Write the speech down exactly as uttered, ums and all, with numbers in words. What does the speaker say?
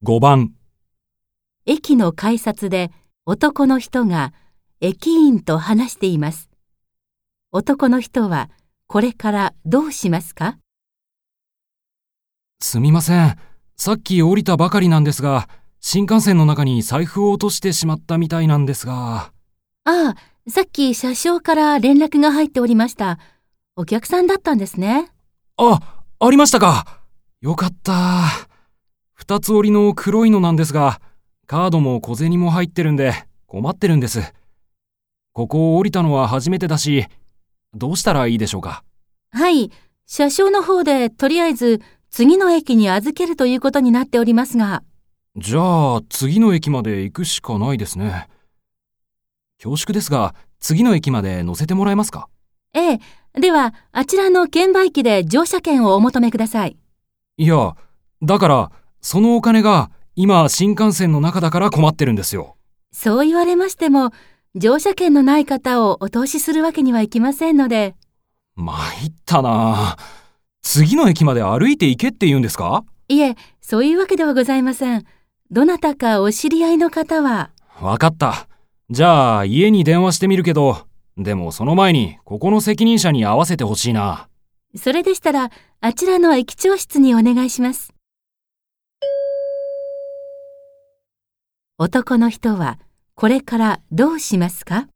ごばん。 駅の改札で男の人が駅員と話しています。男の人はこれからどうしますか？ すみません。さっき降りたばかりなんですが、新幹線の中に財布を落としてしまったみたいなんですが。 ああ、さっき車掌から連絡が入っておりました。お客さんだったんですね。 あ、ありましたか。よかった。二つ折りの黒いのなんですが、カードも小銭も入ってるんで困ってるんです。ここを降りたのは初めてだし、どうしたらいいでしょうか？ はい、車掌の方でとりあえず次の駅に預けるということになっておりますが。 じゃあ次の駅まで行くしかないですね。恐縮ですが、次の駅まで乗せてもらえますか？ ええ、ではあちらの券売機で乗車券をお求めください。 いや、だからそのお金が今新幹線の中だから困ってるんですよ。 そう言われましても、乗車券のない方をお通しするわけにはいきませんので。 参ったな。次の駅まで歩いて行けって言うんですか？ いえ、そういうわけではございません。どなたかお知り合いの方は。 わかった。じゃあ家に電話してみるけど、でもその前にここの責任者に会わせてほしいな。 それでしたらあちらの駅長室にお願いします。男の人はこれからどうしますか？